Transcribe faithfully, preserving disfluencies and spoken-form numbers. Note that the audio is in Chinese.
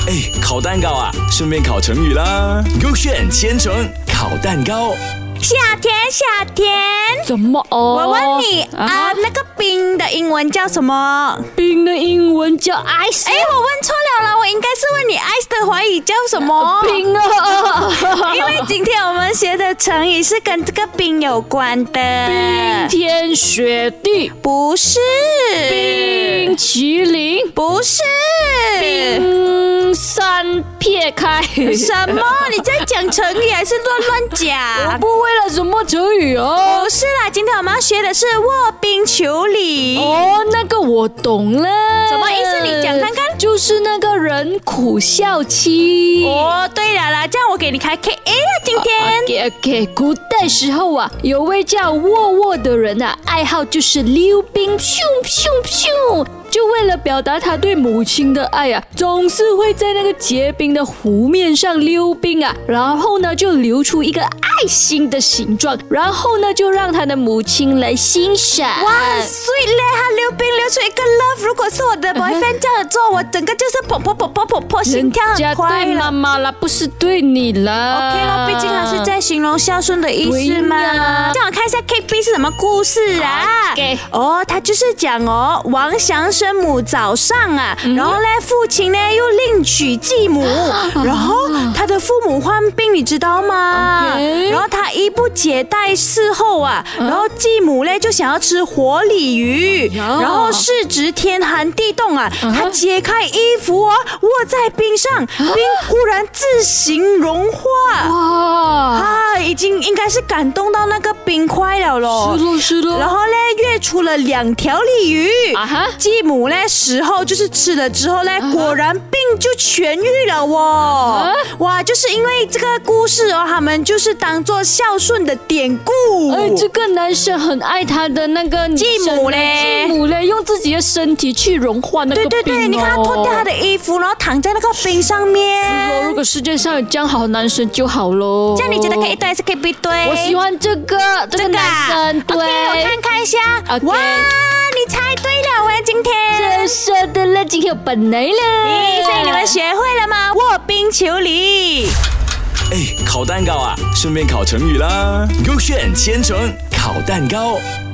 哎，烤蛋糕啊，顺便烤成语啦。勾选千层烤蛋糕。 夏天，夏天， 怎么哦？ 我问你啊、呃，那个冰的英文叫什么？ 冰的英文叫 ice。 哎，我问错了啦，我应该是问你 ice 的华语叫什么？ 冰啊！ 因为今天我们学的成语是跟这个冰有关的。 冰天雪地， 不是。 冰淇淋， 不是。 冰山撇开， 什么？你在讲成语还是乱乱讲？ 我不会了什么成语哦？ 不是啦，今天我们要学的是卧冰求鲤。 哦，那个我懂了。 什么意思？你讲看看。 就是那个人苦笑妻。 哦，对了啦，这样我给你开 K A 啊，今天。 OK OK， 古代时候啊，有位叫沃沃的人啊，爱好就是溜冰，咻咻咻。就为了表达他对母亲的爱啊，总是会在那个结冰的湖面上溜冰啊，然后呢就流出一个爱心的形状，然后呢就让他的母亲来欣赏。 哇，很 sweet 嘞，他溜冰溜出一个 love。如果是我的 boyfriend 这样做，我整个就是砰砰砰砰砰砰，心跳很快了。 对妈妈啦，不是对你啦。 OK 咯，毕竟他是在形容孝顺的意思嘛。让我看一下 K B 是什么故事啊？ Okay. 哦，他就是讲哦，王祥生母早上啊，嗯、然后呢，父亲呢又另娶继母，然后他的父母患病，你知道吗？ Okay. 然后他衣不解带伺候啊，然后继母呢就想要吃活鲤鱼， Yeah. 然后事值天寒地冻啊， uh-huh. 他揭开衣服啊，卧在冰上，冰忽然自行融化，哇，啊，已经应该是感动到那个冰块了咯。 是咯是咯。 然后呢，跃出了两条鲤鱼，啊哈，继母呢时候就是吃了之后呢，啊、果然病就痊愈了哦。啊、哇，就是因为这个故事哦，他们就是当做孝顺的典故。 哎，这个男生很爱他的那个继母嘞， 继母嘞，用自己的身体去融化那个冰、哦。 对对对，你看他脱掉他的衣服，然后躺在那个冰上面。 是咯，如果世界上有这样好男生就好咯。 这样你觉得可以对还是可以不对？ 我喜欢这个这个男生，对。 OK， 我看看一下。 Okay. 哇，你猜对了，我今天。 真说的了，今天有本来了。 咦，所以你们学会了吗？卧冰求鲤。 哎，烤蛋糕啊，顺便烤成语啦。勾选千层烤蛋糕。